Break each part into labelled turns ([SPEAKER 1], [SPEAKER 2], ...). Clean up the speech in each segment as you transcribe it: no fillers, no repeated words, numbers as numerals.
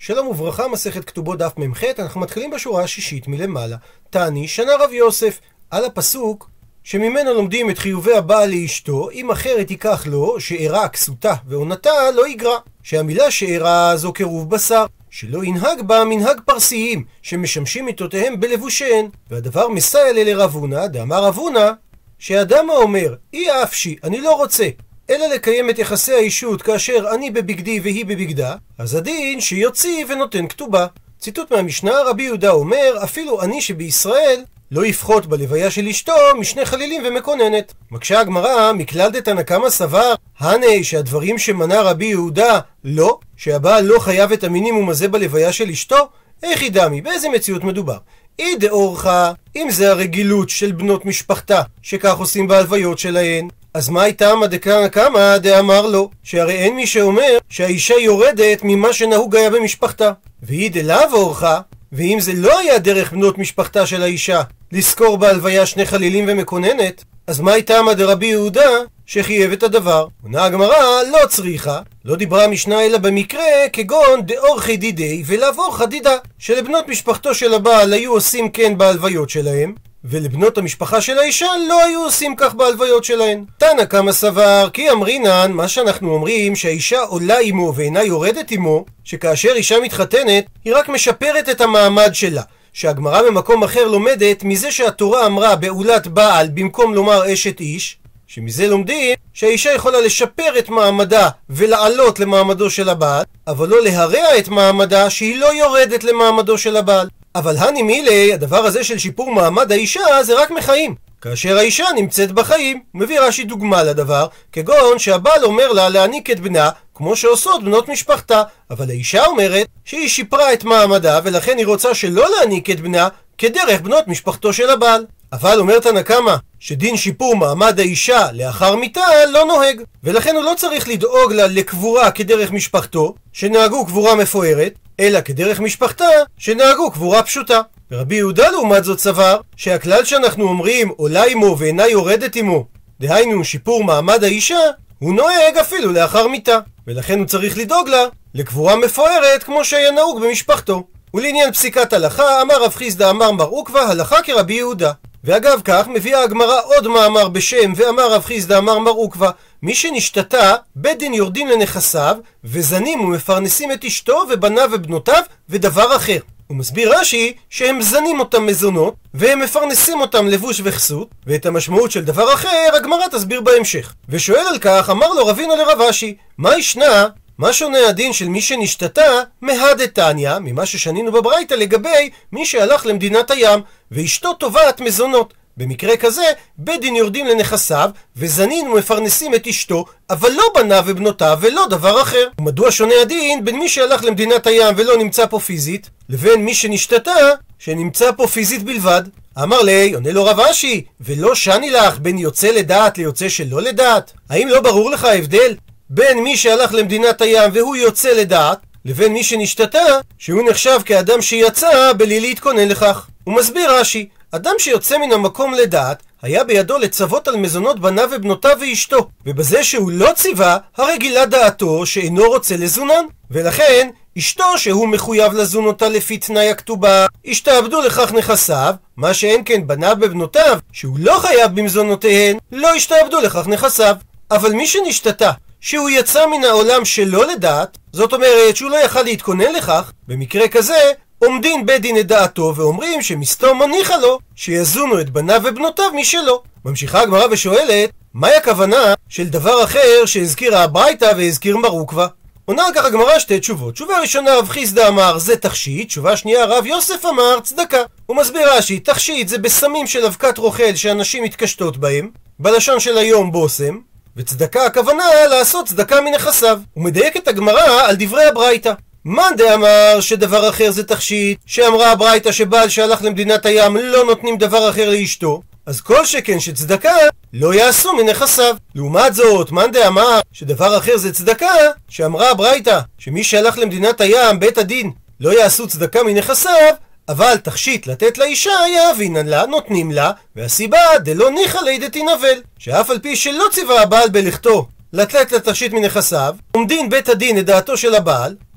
[SPEAKER 1] שלום וברכה, מסכת כתובות דף מ"ח. אנחנו מתחילים בשורה השישית מלמעלה. תעני שנה רב יוסף, על הפסוק שממנו לומדים את חיובי הבעל לאשתו, אם אחרת ייקח לו שאירה כסותה ועונתה לא יגרע, שהמילה שאירה זו קירוב בשר, שלא ינהג בה מנהג פרסיים שמשמשים מיטותיהם בלבושיהן. והדבר מסייע לרב הונא, דאמר רב הונא שאדם האומר אי אפשי אני לא רוצה אלא לקיים את יחסי האישות כאשר אני בבגדי והיא בבגדה, אז הדין שיוציא ונותן כתובה. ציטוט מהמשנה, רבי יהודה אומר אפילו אני שבישראל לא יפחות בלוויה של אשתו משני חלילים ומקוננת. מקשה הגמרא, מכלל דתנא קמא סבר הנה שהדברים שמנה רבי יהודה לא, שהבעל לא חייב את המינימום הזה בלוויה של אשתו, איך ידמי, באיזה מציאות מדובר? אי דאורחה, אם זה הרגילות של בנות משפחתה שכך עושים בהלוויות שלהן, אז מה הייתה מדתנא קמא דאמר לו, שהרי אין מי שאומר שהאישה יורדת ממה שנהוג היה במשפחתה. ואי דלאו אורחה, ואם זה לא היה דרך בנות משפחתה של האישה לזכור בהלוויה שני חלילים ומקוננת, אז מה הייתה דרבי יהודה שחייב את הדבר? עונה הגמרא, לא צריכה, לא דיברה המשנה אלא במקרה כגון דאורחי דידי ולאו אורחא דידה, שלבנות משפחתו של הבעל היו עושים כן בהלוויות שלהם, ולבנות המשפחה של האישה לא היו עושים כך בהלוויות שלהן. תנא קמא סבר כי אמרינן, מה שאנחנו אומרים שהאישה עולה עמו ואינה יורדת עמו, שכאשר אישה מתחתנת היא רק משפרת את המעמד שלה, שהגמרא במקום אחר לומדת מזה שהתורה אמרה בעולת בעל במקום לומר אשת איש, שמזה לומדים שהאישה יכולה לשפר את מעמדה ולעלות למעמדו של הבעל, אבל לא להרע את מעמדה שהיא לא יורדת למעמדו של הבעל. אבל הני מילי, הדבר הזה של שיפור מעמד האישה זה רק מחיים, כאשר האישה נמצאת בחיים. מביא רש"י דוגמה לדבר, כגון שהבעל אומר לה להעניק את בנה כמו שעושות בנות משפחתה, אבל האישה אומרת שהיא שיפרה את מעמדה ולכן היא רוצה שלא להעניק את בנה כדרך בנות משפחתו של הבעל. אבל אומר תנא קמא שדין שיפור מעמד האישה לאחר מיתה לא נוהג, ולכן הוא לא צריך לדאוג לה לקבורה כדרך משפחתו שנהגו קבורה מפוארת, אלא כדרך משפחתה שנהגו קבורה פשוטה. ורבי יהודה לעומת זאת סבר שהכלל שאנחנו אומרים עולה עמו ואינה יורדת עמו, דהיינו שיפור מעמד האישה, הוא נוהג אפילו לאחר מיתה, ולכן הוא צריך לדאוג לה לקבורה מפוארת כמו שהיה נהוג במשפחתו. ולעניין פסיקת הלכה, אמר רב חיסדא אמר מר עוקבא הלכה כרבי יהודה. ואגב כך מביאה הגמרא עוד מאמר בשם ואמר רב חיסדא אמר מר עוקבא, מי שנשתתה בית דין יורדים לנכסיו וזנים ומפרנסים את אשתו ובניו ובנותיו ודבר אחר. הוא מסביר רש"י שהם זנים אותם מזונות והם מפרנסים אותם לבוש וכסות, ואת המשמעות של דבר אחר הגמרא תסביר בהמשך. ושואל על כך אמר לו רבינו לרב אשי, מה ישנה? מה שונה הדין של מי שנשתתה מהדתניא, ממה ששנינו בברייתא לגבי מי שהלך למדינת הים ואשתו תובעת מזונות? במקרה כזה בית דין יורדים לנכסיו וזנים ומפרנסים את אשתו, אבל לא בניו ובנותיו ולא דבר אחר. ומדוע שונה הדין בין מי שהלך למדינת הים ולא נמצא פה פיזית לבין מי שנשתתה שנמצא פה פיזית בלבד? אמר לי, עונה לו רב אשי, ולא שני לך בין יוצא לדעת ליוצא שלא לדעת? האם לא ברור לך ההבדל בין מי שהלך למדינת הים והוא יוצא לדעת לבין מי שנשתתה שהוא נחשב כאדם שיצא בלי להתכונן לכך? הוא מסביר רש"י, אדם שיוצא מן המקום לדעת היה בידו לצוות על מזונות בניו ובנותיו ואשתו, ובזה שהוא לא ציווה הרי גילה דעתו שאינו רוצה לזונן, ולכן אשתו שהוא מחויב לזון אותה לפי תנאי הכתובה השתעבדו לכך נכסיו, מה שאין כן בניו ובנותיו שהוא לא חייב במזונותיהן לא השתעבדו לכך נכסיו. אבל מי שנשתתה שהוא יצא מן העולם שלא לדעת, זאת אומרת שהוא לא יכל להתכונן לכך, במקרה כזה עומדים בית דין את דעתו ואומרים שמסתום מניחה לו שיזונו את בניו ובנותיו משלו. ממשיכה הגמרא ושואלת, מהי הכוונה של דבר אחר שהזכירה הברייתא והזכיר מר עוקבא? עונה על כך הגמרא שתי תשובות. תשובה ראשונה רב חיסדא אמר זה תכשיט, תשובה שנייה רב יוסף אמר צדקה. הוא מסביר רש"י, תכשיט זה בסמים של אבקת רוכל שאנשים מתקשטות בהם, בלשון של היום בושם, וצדקה הכוונה לעשות צדקה מנכסיו. הוא מדייק את הגמרא על דברי הברייתא. מאן דאמר שדבר אחר זה תכשיט, שאמרה הברייתא שבעל שהלך למדינת הים לא נותנים דבר אחר לאשתו, אז כל שכן שצדקה לא יעשו מנכסיו. לעומת זאת, מאן דאמר שדבר אחר זה צדקה, שאמרה הברייתא שמי שהלך למדינת הים בית הדין לא יעשו צדקה מנכסיו, אבל תכשיט לתת לאישה יאבינן לה, נותנים לה, והסיבה דלא ניחא ליה דתנאבל, שאף על פי שלא ציווה הבעל בלכתו לתת לתכשיט מנכסיו, עומדין בית הדין את דעתו של הבעל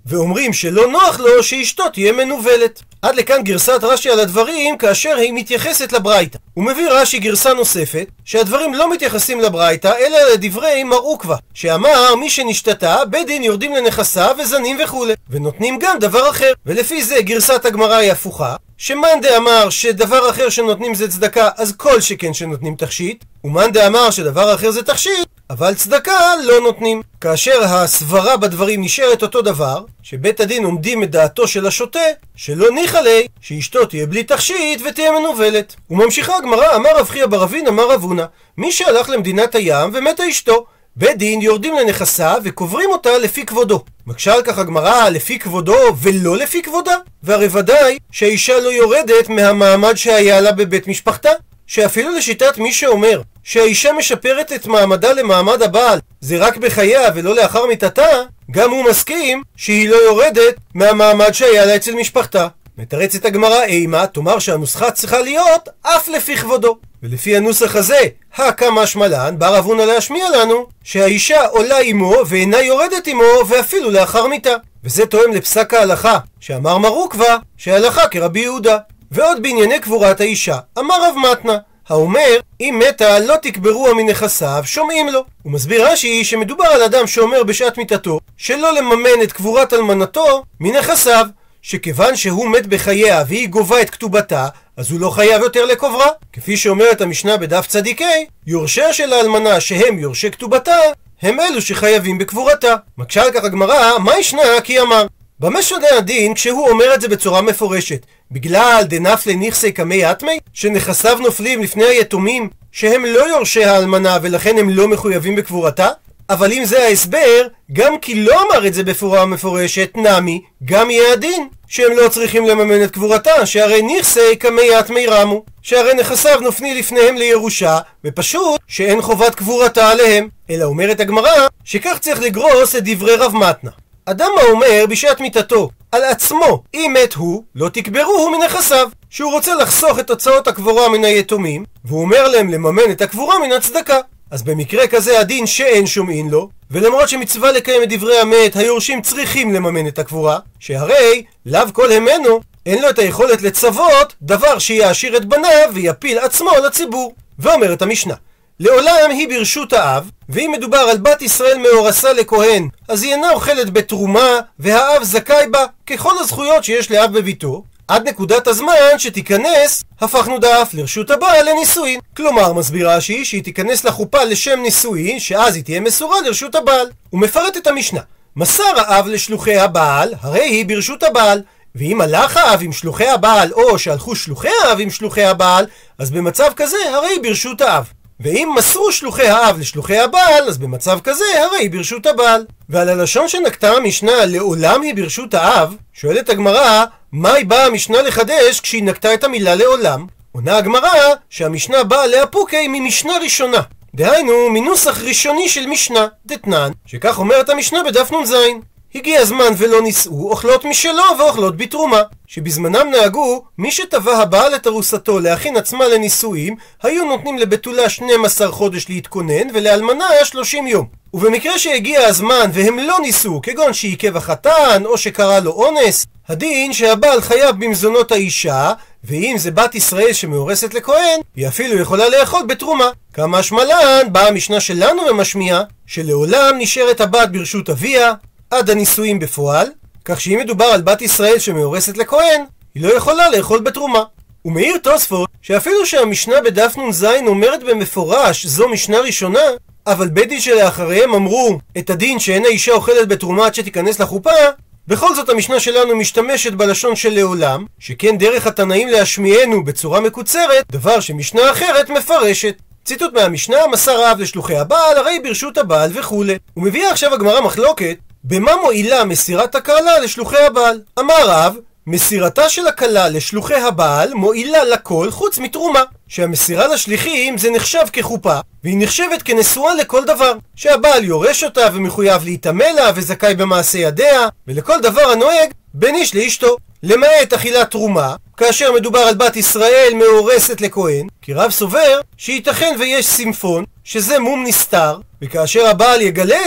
[SPEAKER 1] ואומרים שלא נוח לו שאשתו תהיה מנוולת. עד לכאן גרסת רש"י על הדברים כאשר היא מתייחסת לברייתא. הוא מביא רש"י גרסה נוספת שהדברים לא מתייחסים לברייתא אלא לדברי מר עוקבא, שאמר מי שנשתתה בית דין יורדים לנכסיו וזנים וכו', ונותנים גם דבר אחר. ולפי זה גרסת הגמרא היא הפוכה, שמאן דאמר שדבר אחר שנותנים זה צדקה אז כל שכן שנותנים תכשיט, ומאן דאמר שדבר אחר זה תכשיט אבל צדקה לא נותנים. כאשר הסברה בדברים נשארת אותו דבר, שבית הדין עומדים את דעתו של השוטה שלא ניחא ליה שאשתו תהיה בלי תכשיט ותהיה מנוולת. וממשיכה הגמרא, אמר רב חייא בר אבינא אמר רב הונא, מי שהלך למדינת הים ומתה אשתו, בית דין יורדים לנכסיו וקוברים אותה לפי כבודו. מקשה על כך הגמרא, לפי כבודו ולא לפי כבודה? והרי ודאי שהאישה לא יורדת מהמעמד שהיה לה בבית משפחתה, שאפילו לשיטת מי שאומר שהאישה משפרת את מעמדה למעמד הבעל זה רק בחייה ולא לאחר מיתתה, גם הוא מסכים שהיא לא יורדת מהמעמד שהיה לה אצל משפחתה. מתרצת הגמרא, אימה, תאמר שהנוסחה צריכה להיות אף לפי כבודו. ולפי הנוסח הזה, כמה שמלן, בא רב הונא להשמיע לנו שהאישה עולה עמו ואינה יורדת עמו ואפילו לאחר מיתה. וזה תואם לפסק ההלכה שאמר מר עוקבא שההלכה כרבי יהודה. ועוד בענייני קבורת האישה, אמר רב מתנה, האומר אם מתה לא תקברוה מנכסיו שומעים לו. הוא מסביר רש"י שמדובר על אדם שאומר בשעת מיתתו שלא לממן את קבורת אלמנתו מנכסיו, שכיוון שהוא מת בחייה והיא גובה את כתובתה אז הוא לא חייב יותר לקוברה, כפי שאומרת המשנה בדף צדיקי, יורשיה של האלמנה שהם יורשי כתובתה הם אלו שחייבים בקבורתה. מקשה על כך הגמרא, מה ישנה כי אמר? במה שונה הדין כשהוא אומר את זה בצורה מפורשת? בגלל דנפלי נכסי קמי אטמי, שנכסיו נופלים לפני היתומים שהם לא יורשי האלמנה ולכן הם לא מחויבים בקבורתה? אבל אם זה ההסבר, גם כי לא אמר את זה בפורה מפורשת, נמי, גם יהיה הדין שהם לא צריכים לממן את קבורתה, שהרי נכסי קמי אטמי רמו, שהרי נכסיו נופנים לפניהם לירושה, ופשוט שאין חובת קבורתה עליהם. אלא אומרת הגמרא שכך צריך לגרוס את דברי רב מתנה. אדם האומר בשעת מיתתו על עצמו אם מת הוא לא תקברוהו מנכסיו, שהוא רוצה לחסוך את הוצאות הקבורה מן היתומים והוא אומר להם לממן את הקבורה מן הצדקה, אז במקרה כזה הדין שאין שומעין לו, ולמרות שמצווה לקיים את דברי המת היורשים צריכים לממן את הקבורה, שהרי לאו כל המנו אין לו את היכולת לצוות דבר שיעשיר את בניו ויפיל עצמו לציבור. ואומרת המשנה, לעולם היא ברשות האב, ואם מדובר על בת ישראל מאורסה לכהן אז היא אינה אוכלת בתרומה והאב זכאי בה ככל הזכויות שיש לאב בביתו, עד נקודת הזמן שתיכנס הפכנו דף לרשות הבעל לנישואין. כלומר מסביר רש"י שהיא תיכנס לחופה לשם נישואין שאז היא תהיה מסורה לרשות הבעל. הוא מפרט את המשנה, מסר האב לשלוחי הבעל הרי היא ברשות הבעל, ואם הלך האב עם שלוחי הבעל או שהלכו שלוחי האב עם שלוחי הבעל אז במצב כזה הרי היא ברשות האב, ואם מסרו שלוחי האב לשלוחי הבעל אז במצב כזה הרי היא ברשות הבעל. ועל הלשון שנקטה המשנה לעולם היא ברשות האב, שואלת הגמרא מהי באה המשנה לחדש כשהיא נקטה את המילה לעולם? עונה הגמרא שהמשנה באה להפוקי ממשנה ראשונה, דהיינו מנוסח ראשוני של משנה דתנן, שכך אומרת המשנה בדף נ"ז, הגיע הזמן ולא נישאו אוכלות משלו ואוכלות בתרומה, שבזמנם נהגו מי שטבע הבעל את ארוסתו להכין עצמה לנישואים היו נותנים לבתולה 12 חודש להתכונן ולאלמנה 30 יום. ובמקרה שהגיע הזמן והם לא נישאו, כגון שעיכב החתן או שקרה לו אונס, הדין שהבעל חייב במזונות האישה, ואם זה בת ישראל שמאורסת לכהן היא אפילו יכולה לאכול בתרומה. כמה שמלן באה המשנה שלנו ומשמיעה שלעולם נשארת הבת ברשות אביה עד הנישואים בפועל, כך שאם מדובר על בת ישראל שמאורסת לכהן היא לא יכולה לאכול בתרומה. ומעיר תוספות שאפילו שהמשנה בדף נ"ז אומרת במפורש זו משנה ראשונה, אבל בית דין שלאחריהם אמרו את הדין שאין האישה אוכלת בתרומה עד שתיכנס לחופה, בכל זאת המשנה שלנו משתמשת בלשון של לעולם, שכן דרך התנאים להשמיענו בצורה מקוצרת, דבר שמשנה אחרת מפרשת. ציטוט מהמשנה, מסר האב לשלוחי הבעל הרי ברשות הבעל וכו'. ומביאה עכשיו הגמרא מחלוקת במה מועילה מסירת הכלה לשלוחי הבעל. אמר רב, מסירתה של הכלה לשלוחי הבעל מועילה לכל חוץ מתרומה, שהמסירה לשליחים זה נחשב כחופה והיא נחשבת כנשואה לכל דבר, שהבעל יורש אותה ומחויב להתאמה לה וזכאי במעשה ידיה ולכל דבר הנוהג בין איש לאשתו, למעט אכילת תרומה כאשר מדובר על בת ישראל מאורסת לכהן, כי רב סובר שייתכן ויש סימפון שזה מום נסתר, וכאשר הבעל יגלה את זה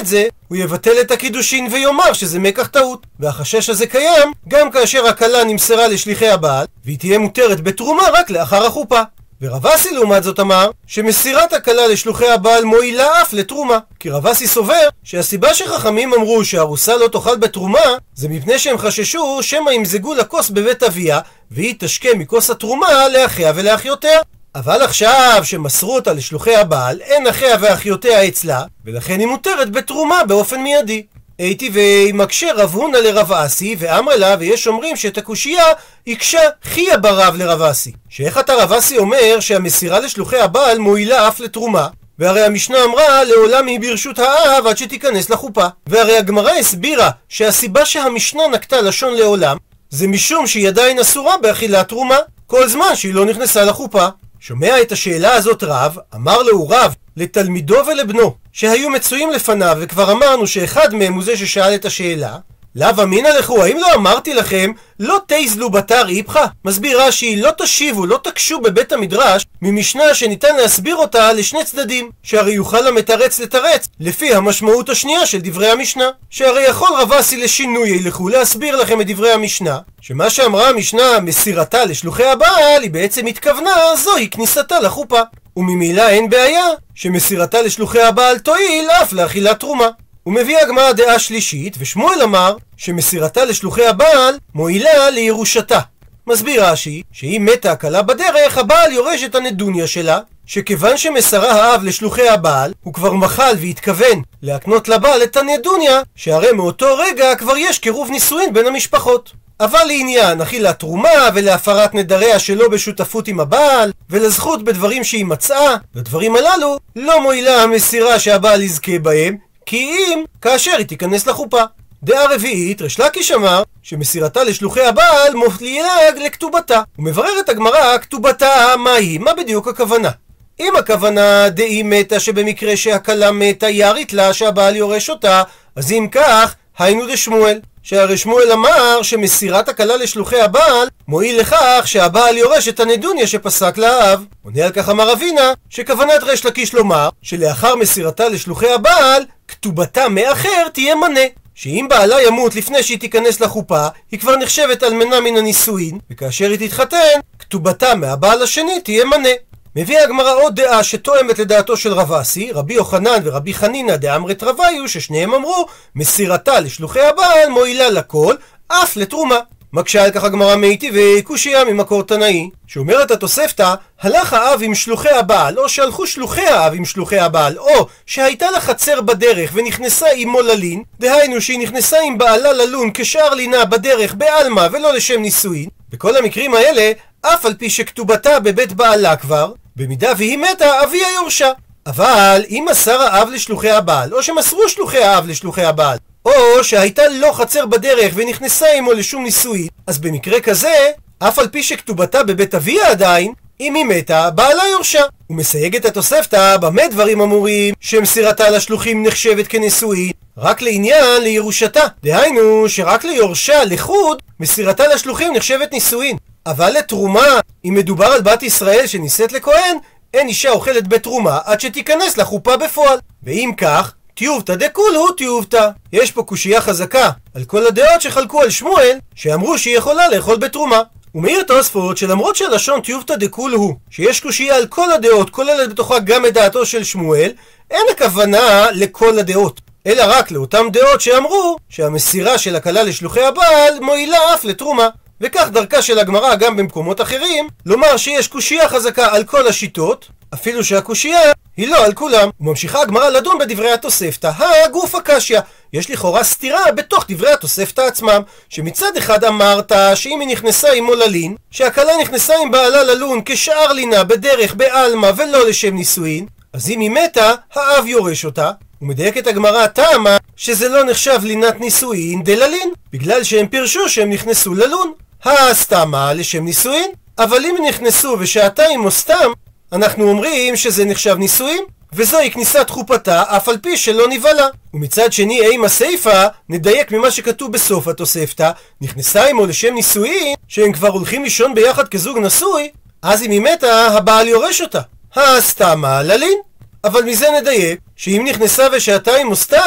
[SPEAKER 1] הוא יבטל את הקידושין ויאמר שזה מקח טעות. והחשש הזה קיים גם כאשר הכלה נמסרה לשליחי הבעל, והיא תהיה מותרת בתרומה רק לאחר החופה. ורב אסי לעומת זאת אמר שמסירת הכלה לשלוחי הבעל מועילה אף לתרומה, כי רב אסי סובר שהסיבה שחכמים אמרו שהארוסה לא תאכל בתרומה זה מפני שהם חששו שמא ימזגו לכוס בבית אביה והיא תשקה מכוס התרומה לאחיה ולאחיותיה. אבל עכשיו שמסרו אותה לשלוחי הבעל אין אחיה ואחיותיה אצלה, ולכן היא מותרת בתרומה באופן מיידי. הייתי ומקשה רב הונא לרב אסי ואמר לה, ויש אומרים שאת הקושייה יקשה חיה ברב לרב אסי. שאיך אתה רב אסי אומר שהמסירה לשלוחי הבעל מועילה אף לתרומה? והרי המשנה אמרה לעולם היא ברשות האב עד שתיכנס לחופה. והרי הגמרא הסבירה שהסיבה שהמשנה נקטה לשון לעולם זה משום שהיא עדיין אסורה באכילת תרומה כל זמן שהיא לא נכנסה לחופה. שומע את השאלה הזאת רב, אמר לו רב לתלמידו ולבנו שהיו מצויים לפניו, וכבר אמרנו שאחד מהם הוא זה ששאל את השאלה, לאו אמינא לכו, האם לא אמרתי לכם לא תיזלו בתר איפכא? מסביר רש"י, לא תשיבו, לא תקשו בבית המדרש ממשנה שניתן להסביר אותה לשני צדדים, שהרי יוכל המתרץ לתרץ לפי המשמעות השנייה של דברי המשנה. שהרי יכול רב אסי לשינוי ילכו להסביר לכם את דברי המשנה שמה שאמרה המשנה מסירתה לשלוחי הבעל היא בעצם התכוונה זוהי כניסתה לחופה, וממילא אין בעיה שמסירתה לשלוחי הבעל תועיל אף לאכילת תרומה. הוא מביא הגמרא דעה שלישית, ושמואל אמר שמסירתה לשלוחי הבעל מועילה לירושתה. מסביר רש"י שאם מתה הכלה בדרך, הבעל יורש את הנדוניה שלה, שכיוון שמסרה האב לשלוחי הבעל הוא כבר מחל והתכוון להקנות לבעל את הנדוניה, שהרי מאותו רגע כבר יש קירוב נישואין בין המשפחות. אבל לעניין אכילת תרומה ולהפרת נדריה שלא בשותפות עם הבעל ולזכות בדברים שהיא מצאה, לדברים הללו לא מועילה המסירה שהבעל יזכה בהם, כי אם כאשר היא תיכנס לחופה. דעה רביעית, ריש לקיש אמר שמסירתה לשלוחי הבעל מועילה לכתובתה. הוא מברר את הגמרא כתובתה מהי, מה בדיוק הכוונה. אם הכוונה דאי מתה שבמקרה שהכלה מתה יערית לה שהבעל יורש אותה, אז אם כך היינו דשמואל, שהרי שמואל אמר שמסירת הכלה לשלוחי הבעל מועיל לכך שהבעל יורש את הנדוניה שפסק לאב. עונה על כך אמר אבינה שכוונת ריש לקיש לומר שלאחר מסירתה לשלוחי הבעל כתובתה מאחר תהיה מנה, שאם בעלה ימות לפני שהיא תיכנס לחופה היא כבר נחשבת אלמנה מן הנישואין, וכאשר היא תתחתן כתובתה מהבעל השני תהיה מנה. מביא הגמרא עוד דעה שתואמת לדעתו של רב אסי, רבי יוחנן ורבי חנינא דאמרת רוויו, ששניהם אמרו מסירתה לשלוחי הבעל מועילה לכל אף לתרומה. מקשה על כך הגמרא מאיתי וקושיה ממקור תנאי, שאומרת התוספתא הלך האב עם שלוחי הבעל, או שהלכו שלוחי האב עם שלוחי הבעל, או שהייתה לה חצר בדרך ונכנסה עמו ללין, דהיינו שהיא נכנסה עם בעלה ללון כשאר לינה בדרך בעלמא ולא לשם נישואין. בכל המקרים האלה אף על פי שכתובתה בבית בעלה כבר, במידה והיא מתה אביה יורשה. אבל אם מסר האב לשלוחי הבעל, או שמסרו שלוחי האב לשלוחי הבעל, או שהייתה לו חצר בדרך ונכנסה עמו לשום נישואין, אז במקרה כזה אף על פי שכתובתה בבית אביה עדיין, אם היא מתה בעלה יורשה. הוא מסייג את התוספתא במה דברים אמורים שמסירתה לשלוחים נחשבת כנישואין רק לעניין לירושתה, דהיינו שרק ליורשה לחוד מסירתה לשלוחים נחשבת נישואין, אבל לתרומה אם מדובר על בת ישראל שנישאת לכהן אין אישה אוכלת בתרומה עד שתיכנס לחופה בפועל. ואם כך תיובתא דכולהו תיובתא. יש פה קושייה חזקה על כל הדעות שחלקו על שמואל שאמרו שהיא יכולה לאכול בתרומה. ומעיר תוספות שלמרות שהלשון תיובתא דכולהו שיש קושייה על כל הדעות כוללת בתוכה גם את דעתו של שמואל, אין הכוונה לכל הדעות אלא רק לאותם דעות שאמרו שהמסירה של הכלה לשלוחי הבעל מועילה אף לתרומה. וכך דרכה של הגמרא גם במקומות אחרים לומר שיש קושייה חזקה על כל השיטות אפילו שהקושייה היא לא על כולם. וממשיכה הגמרא לדון בדברי התוספתא הגוף הקשיא. יש לכאורה סתירה בתוך דברי התוספתא עצמם, שמצד אחד אמרת שאם היא נכנסה עמו ללין, שהכלה נכנסה עם בעלה ללון כשאר לינה בדרך בעלמא ולא לשם נישואין, אז אם היא מתה האב יורש אותה. ומדייקת הגמרא טעמה שזה לא נחשב לינת נישואין דללין, בגלל שהם פירשו שהם נכנסו ללון הסתמה לשם נישואין, אבל אם נכנסו ושעתיים או סתם אנחנו אומרים שזה נחשב נישואין, וזוהי כניסת חופתה אף על פי שלא נבעלה. ומצד שני עם הסיפה נדייק ממה שכתוב בסוף התוספתא נכנסה עמו לשם נישואין שהם כבר הולכים לישון ביחד כזוג נשוי, אז אם היא מתה הבעל יורש אותה הסתמה ללין. אבל מזה נדייק שאם נכנסה ושעתיים או סתם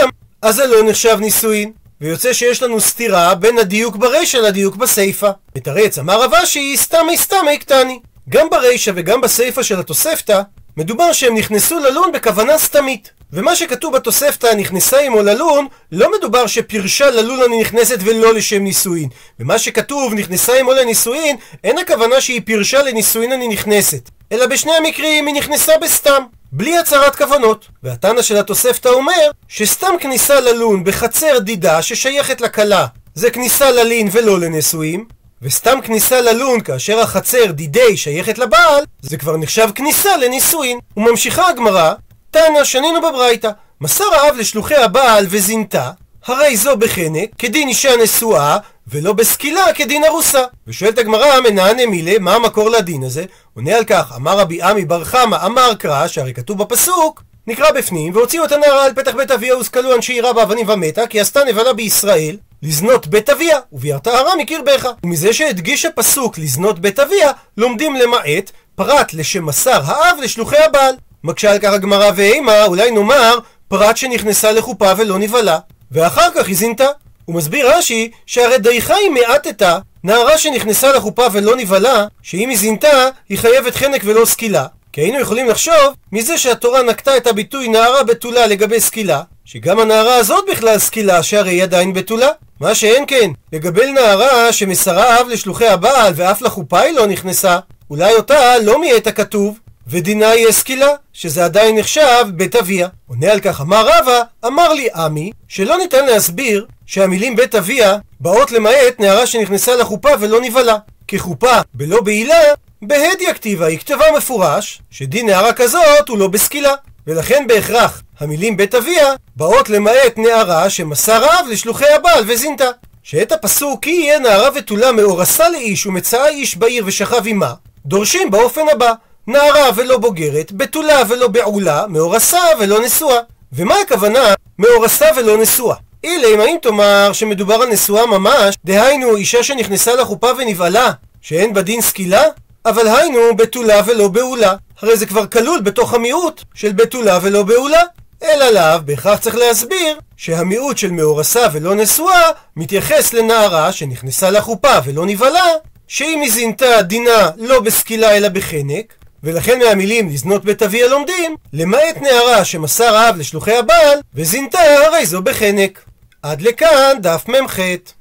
[SPEAKER 1] אז זה לא נחשב נישואין. ויוצא שיש לנו סתירה בין הדיוק ברישא לדיוק בסיפא. מתרץ, אמר רב אשי, סתמי סתמי קטני. גם ברישא וגם בסיפא של התוספתא מדובר שהם נכנסו ללון בכוונה סתמית. ומה שכתוב בתוספתא נכנסה עמו ללון, לא מדובר שפירשה ללון אני נכנסת ולא לשם נישואין. ומה שכתוב נכנסה עמו לנישואין, אין הכוונה שהיא פירשה לנישואין אני נכנסת, אלא בשני המקרים היא נכנסה בסתם, בלי הצהרת כוונות. והתנא של התוספתא אומר שסתם כניסה ללון בחצר דידה ששייכת לכלה זה כניסה ללין ולא לנישואין, וסתם כניסה ללון כאשר החצר דידי שייכת לבעל זה כבר נחשב כניסה לנישואין. וממשיכה הגמרא, תנא שנינו בברייתא, מסר האב לשלוחי הבעל וזינתה, הרי זו בחנק כדין אישה נשואה ולא בסקילה כדין ארוסה. ושואלת הגמרא, מנענה מילה, מה המקור לדין הזה? עונה על כך, אמר רבי עמי בר חמא אמר קרא, שהרי כתוב בפסוק, נקרא בפנים, והוציאו את הנערה על פתח בית אביה וסקלו אנשי עירה באבנים ומתה, כי עשתה נבלה בישראל לזנות בית אביה וביארתה הרע מקרבך. ומזה שהדגיש הפסוק לזנות בית אביה לומדים למעט פרט לשם מסר האב לשלוחי הבעל. מקשה על כך הגמרא, ואימה אולי נאמר פרט שנכנסה לחופה ולא נבלה ואחר כך היא זינתה. הוא מסביר רש"י שהרי דייכה היא מעטתה, נערה שנכנסה לחופה ולא נבלה, שאם היא זינתה היא חייבת חנק ולא סקילה. כי היינו יכולים לחשוב מזה שהתורה נקטה את הביטוי נערה בתולה לגבי סקילה, שגם הנערה הזאת בכלל סקילה, שהרי היא עדיין בתולה. מה שאין כן לגבי נערה שמסרה אב לשלוחי הבעל ואף לחופה היא לא נכנסה, אולי אותה לא מיעט הכתוב ודינה היא סקילה, שזה עדיין נחשב בית אביה. עונה על כך, אמר רבא, אמר לי עמי, שלא ניתן להסביר שהמילים בית אביה באות למעט נערה שנכנסה לחופה ולא נבלה, כי חופה בלא בעילה בהדיא כתיבה, היא כתבה מפורש שדין נערה כזאת הוא לא בסקילה, ולכן בהכרח המילים בית אביה באות למעט נערה שמסר אב לשלוחי הבעל וזינתה. שאת הפסוק כי יהיה נערה ותולה מאורסה לאיש ומצאה איש בעיר ושכב עמה, דורשים באופן הבא, נערה ולא בוגרת, בתולה ולא בעולה, מאורסה ולא נשואה. ומה הכוונה מאורסה ולא נשואה? אילם האם תאמר שמדובר על נשואה ממש, דהיינו אישה שנכנסה לחופה ונבעלה שאין בדין סקילה, אבל היינו בתולה ולא בעולה, הרי זה כבר כלול בתוך המיעוט של בתולה ולא בעולה. אלא לאו, בהכרח צריך להסביר שהמיעוט של מאורסה ולא נשואה מתייחס לנערה שנכנסה לחופה ולא נבעלה, שאם היא זינתה דינה לא בסקילה אלא בחנק, ולכן מהמילים לזנות בית אביה לומדים למעט נערה שמסר אב לשלוחי הבעל וזינתה הרי זו בחנק. עד לכאן דף מ"ח.